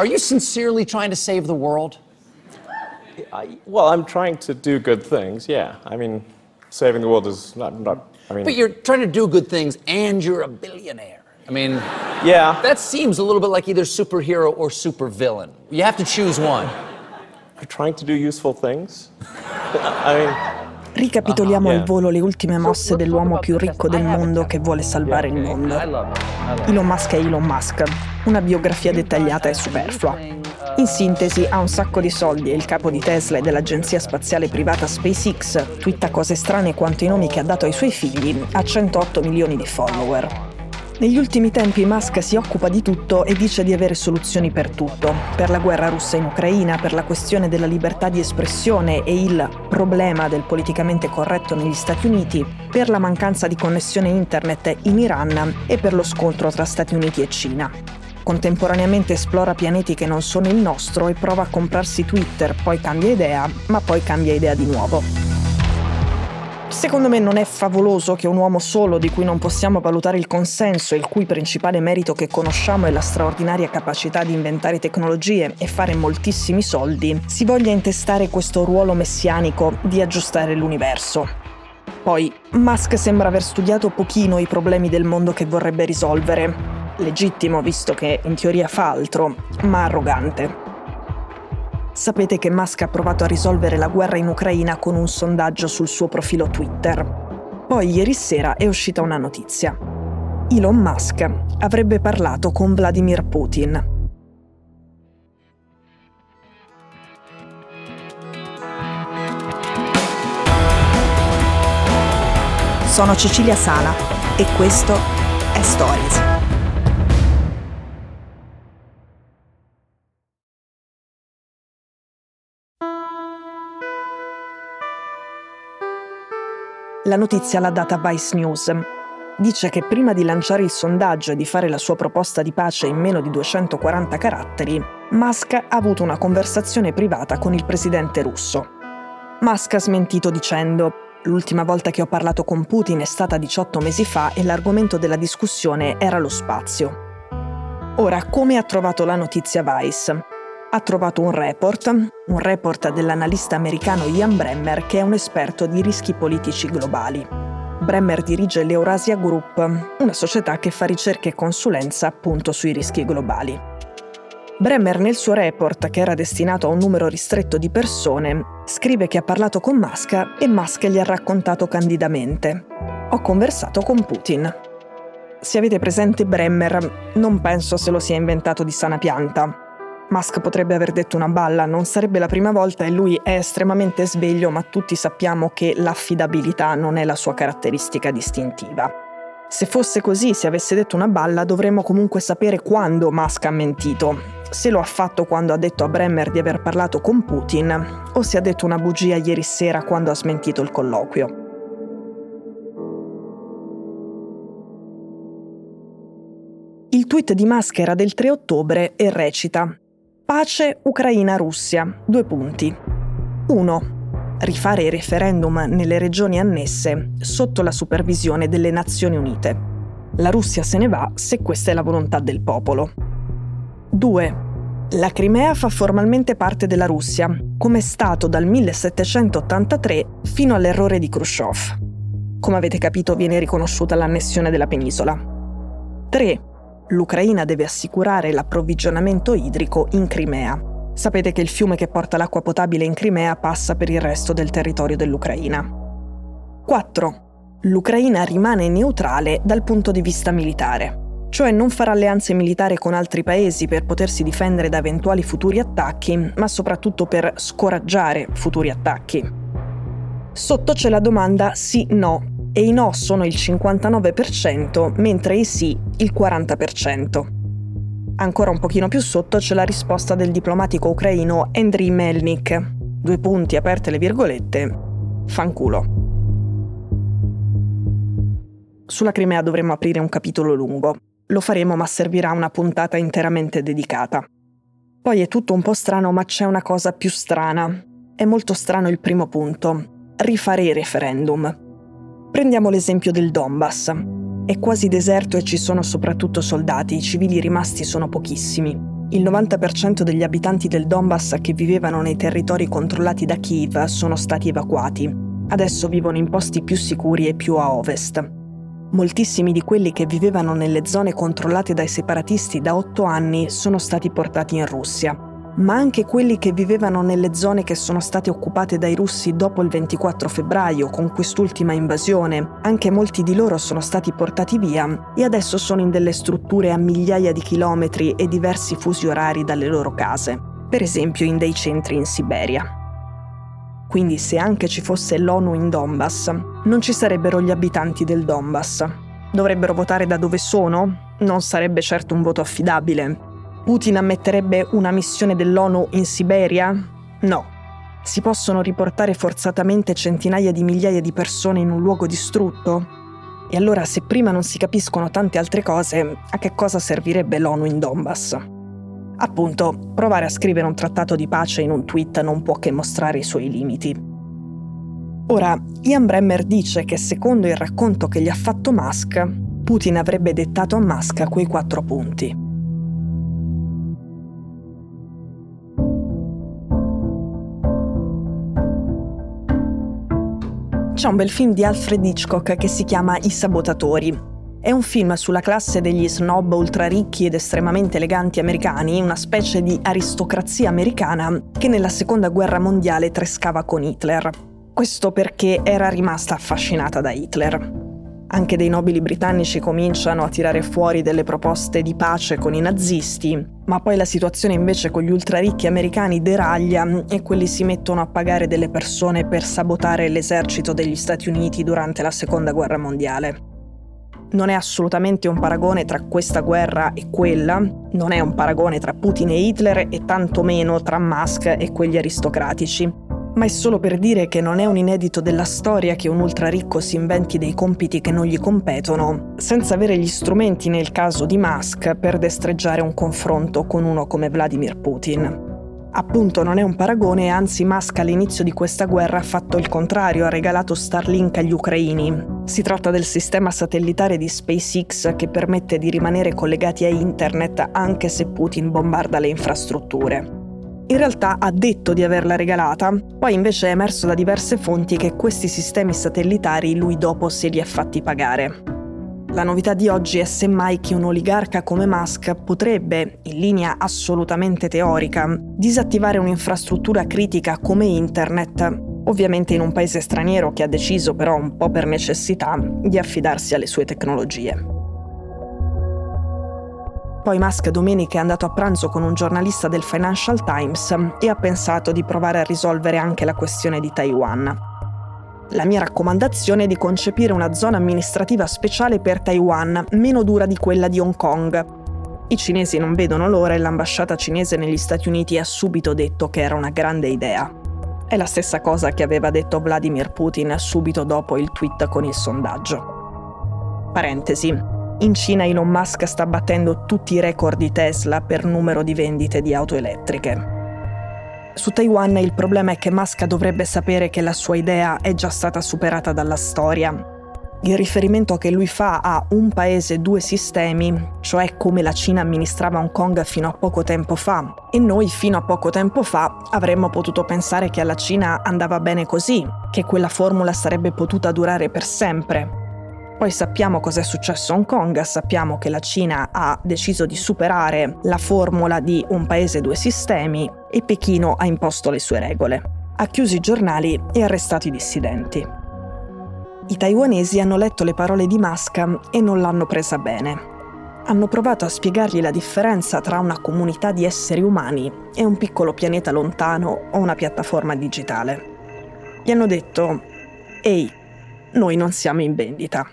Are you sincerely trying to save the world? Well, I'm trying to do good things, yeah. I mean, saving the world is not I mean... But you're trying to do good things and you're a billionaire. I mean... Yeah. That seems a little bit like either superhero or supervillain. You have to choose one. You're trying to do useful things? I mean... Ricapitoliamo al volo le ultime mosse dell'uomo più ricco del mondo che vuole salvare il mondo. Elon Musk è Elon Musk. Una biografia dettagliata è superflua. In sintesi, ha un sacco di soldi e il capo di Tesla e dell'agenzia spaziale privata SpaceX twitta cose strane quanto i nomi che ha dato ai suoi figli, ha 108 milioni di follower. Negli ultimi tempi Musk si occupa di tutto e dice di avere soluzioni per tutto. Per la guerra russa in Ucraina, per la questione della libertà di espressione e il problema del politicamente corretto negli Stati Uniti, per la mancanza di connessione internet in Iran e per lo scontro tra Stati Uniti e Cina. Contemporaneamente esplora pianeti che non sono il nostro e prova a comprarsi Twitter, poi cambia idea, ma poi cambia idea di nuovo. Secondo me non è favoloso che un uomo solo, di cui non possiamo valutare il consenso e il cui principale merito che conosciamo è la straordinaria capacità di inventare tecnologie e fare moltissimi soldi, si voglia intestare questo ruolo messianico di aggiustare l'universo. Poi, Musk sembra aver studiato pochino i problemi del mondo che vorrebbe risolvere. Legittimo, visto che in teoria fa altro, ma arrogante. Sapete che Musk ha provato a risolvere la guerra in Ucraina con un sondaggio sul suo profilo Twitter. Poi ieri sera è uscita una notizia. Elon Musk avrebbe parlato con Vladimir Putin. Sono Cecilia Sala e questo è Stories. La notizia l'ha data Vice News. Dice che prima di lanciare il sondaggio e di fare la sua proposta di pace in meno di 240 caratteri, Musk ha avuto una conversazione privata con il presidente russo. Musk ha smentito dicendo: «L'ultima volta che ho parlato con Putin è stata 18 mesi fa e l'argomento della discussione era lo spazio». Ora, come ha trovato la notizia Vice? Ha trovato un report dell'analista americano Ian Bremmer, che è un esperto di rischi politici globali. Bremmer dirige l'Eurasia Group, una società che fa ricerche e consulenza appunto sui rischi globali. Bremmer nel suo report, che era destinato a un numero ristretto di persone, scrive che ha parlato con Musk e Musk gli ha raccontato candidamente: «Ho conversato con Putin». Se avete presente Bremmer, non penso se lo sia inventato di sana pianta. Musk potrebbe aver detto una balla, non sarebbe la prima volta e lui è estremamente sveglio, ma tutti sappiamo che l'affidabilità non è la sua caratteristica distintiva. Se fosse così, se avesse detto una balla, dovremmo comunque sapere quando Musk ha mentito. Se lo ha fatto quando ha detto a Bremmer di aver parlato con Putin, o se ha detto una bugia ieri sera quando ha smentito il colloquio. Il tweet di Musk era del 3 ottobre e recita: «Pace Ucraina-Russia, 2 punti. 1. Rifare il referendum nelle regioni annesse sotto la supervisione delle Nazioni Unite. La Russia se ne va se questa è la volontà del popolo. 2. La Crimea fa formalmente parte della Russia, come è stato dal 1783 fino all'errore di Khrushchev. Come avete capito, viene riconosciuta l'annessione della penisola. 3. L'Ucraina deve assicurare l'approvvigionamento idrico in Crimea. Sapete che il fiume che porta l'acqua potabile in Crimea passa per il resto del territorio dell'Ucraina. 4. L'Ucraina rimane neutrale dal punto di vista militare, cioè non farà alleanze militari con altri paesi per potersi difendere da eventuali futuri attacchi, ma soprattutto per scoraggiare futuri attacchi. Sotto c'è la domanda sì-no, e i no sono il 59%, mentre i sì il 40%. Ancora un pochino più sotto c'è la risposta del diplomatico ucraino Andriy Melnik. 2 punti, aperte le virgolette, fanculo. Sulla Crimea dovremmo aprire un capitolo lungo. Lo faremo, ma servirà una puntata interamente dedicata. Poi è tutto un po' strano, ma c'è una cosa più strana. È molto strano il primo punto: rifare i referendum. Prendiamo l'esempio del Donbass. È quasi deserto e ci sono soprattutto soldati, i civili rimasti sono pochissimi. Il 90% degli abitanti del Donbass che vivevano nei territori controllati da Kiev sono stati evacuati. Adesso vivono in posti più sicuri e più a ovest. Moltissimi di quelli che vivevano nelle zone controllate dai separatisti da 8 anni sono stati portati in Russia, ma anche quelli che vivevano nelle zone che sono state occupate dai russi dopo il 24 febbraio, con quest'ultima invasione, anche molti di loro sono stati portati via e adesso sono in delle strutture a migliaia di chilometri e diversi fusi orari dalle loro case, per esempio in dei centri in Siberia. Quindi se anche ci fosse l'ONU in Donbass, non ci sarebbero gli abitanti del Donbass. Dovrebbero votare da dove sono? Non sarebbe certo un voto affidabile. Putin ammetterebbe una missione dell'ONU in Siberia? No. Si possono riportare forzatamente centinaia di migliaia di persone in un luogo distrutto? E allora se prima non si capiscono tante altre cose, a che cosa servirebbe l'ONU in Donbass? Appunto, provare a scrivere un trattato di pace in un tweet non può che mostrare i suoi limiti. Ora, Ian Bremmer dice che secondo il racconto che gli ha fatto Musk, Putin avrebbe dettato a Musk quei 4 punti. C'è un bel film di Alfred Hitchcock che si chiama I sabotatori. È un film sulla classe degli snob ultraricchi ed estremamente eleganti americani, una specie di aristocrazia americana che nella Seconda Guerra Mondiale trescava con Hitler. Questo perché era rimasta affascinata da Hitler. Anche dei nobili britannici cominciano a tirare fuori delle proposte di pace con i nazisti, ma poi la situazione invece con gli ultraricchi americani deraglia e quelli si mettono a pagare delle persone per sabotare l'esercito degli Stati Uniti durante la Seconda Guerra Mondiale. Non è assolutamente un paragone tra questa guerra e quella, non è un paragone tra Putin e Hitler e tantomeno tra Musk e quegli aristocratici, ma è solo per dire che non è un inedito della storia che un ultraricco si inventi dei compiti che non gli competono, senza avere gli strumenti nel caso di Musk per destreggiare un confronto con uno come Vladimir Putin. Appunto non è un paragone, anzi Musk all'inizio di questa guerra ha fatto il contrario, ha regalato Starlink agli ucraini. Si tratta del sistema satellitare di SpaceX che permette di rimanere collegati a internet anche se Putin bombarda le infrastrutture. In realtà ha detto di averla regalata, poi invece è emerso da diverse fonti che questi sistemi satellitari lui dopo se li ha fatti pagare. La novità di oggi è semmai che un oligarca come Musk potrebbe, in linea assolutamente teorica, disattivare un'infrastruttura critica come internet, ovviamente in un paese straniero che ha deciso però un po' per necessità di affidarsi alle sue tecnologie. Poi Musk domenica è andato a pranzo con un giornalista del Financial Times e ha pensato di provare a risolvere anche la questione di Taiwan. La mia raccomandazione è di concepire una zona amministrativa speciale per Taiwan, meno dura di quella di Hong Kong. I cinesi non vedono l'ora e l'ambasciata cinese negli Stati Uniti ha subito detto che era una grande idea. È la stessa cosa che aveva detto Vladimir Putin subito dopo il tweet con il sondaggio. Parentesi. In Cina Elon Musk sta battendo tutti i record di Tesla per numero di vendite di auto elettriche. Su Taiwan il problema è che Musk dovrebbe sapere che la sua idea è già stata superata dalla storia. Il riferimento che lui fa a un paese, 2 sistemi, cioè come la Cina amministrava Hong Kong fino a poco tempo fa, e noi fino a poco tempo fa avremmo potuto pensare che alla Cina andava bene così, che quella formula sarebbe potuta durare per sempre. Poi sappiamo cosa è successo a Hong Kong, sappiamo che la Cina ha deciso di superare la formula di un paese, 2 sistemi e Pechino ha imposto le sue regole. Ha chiuso i giornali e arrestato i dissidenti. I taiwanesi hanno letto le parole di Musk e non l'hanno presa bene. Hanno provato a spiegargli la differenza tra una comunità di esseri umani e un piccolo pianeta lontano o una piattaforma digitale. Gli hanno detto: «Ehi, noi non siamo in vendita».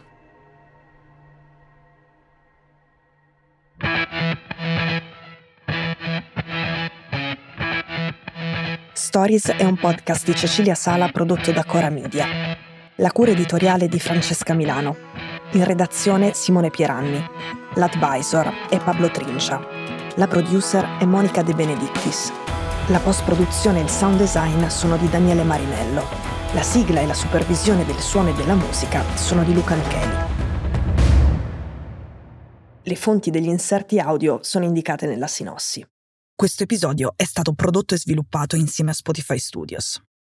Stories è un podcast di Cecilia Sala prodotto da Cora Media. La cura editoriale di Francesca Milano. In redazione Simone Pieranni. L'advisor è Pablo Trincia. La producer è Monica De Benedictis. La post-produzione e il sound design sono di Daniele Marinello. La sigla e la supervisione del suono e della musica sono di Luca Micheli. Le fonti degli inserti audio sono indicate nella sinossi. Questo episodio è stato prodotto e sviluppato insieme a Spotify Studios.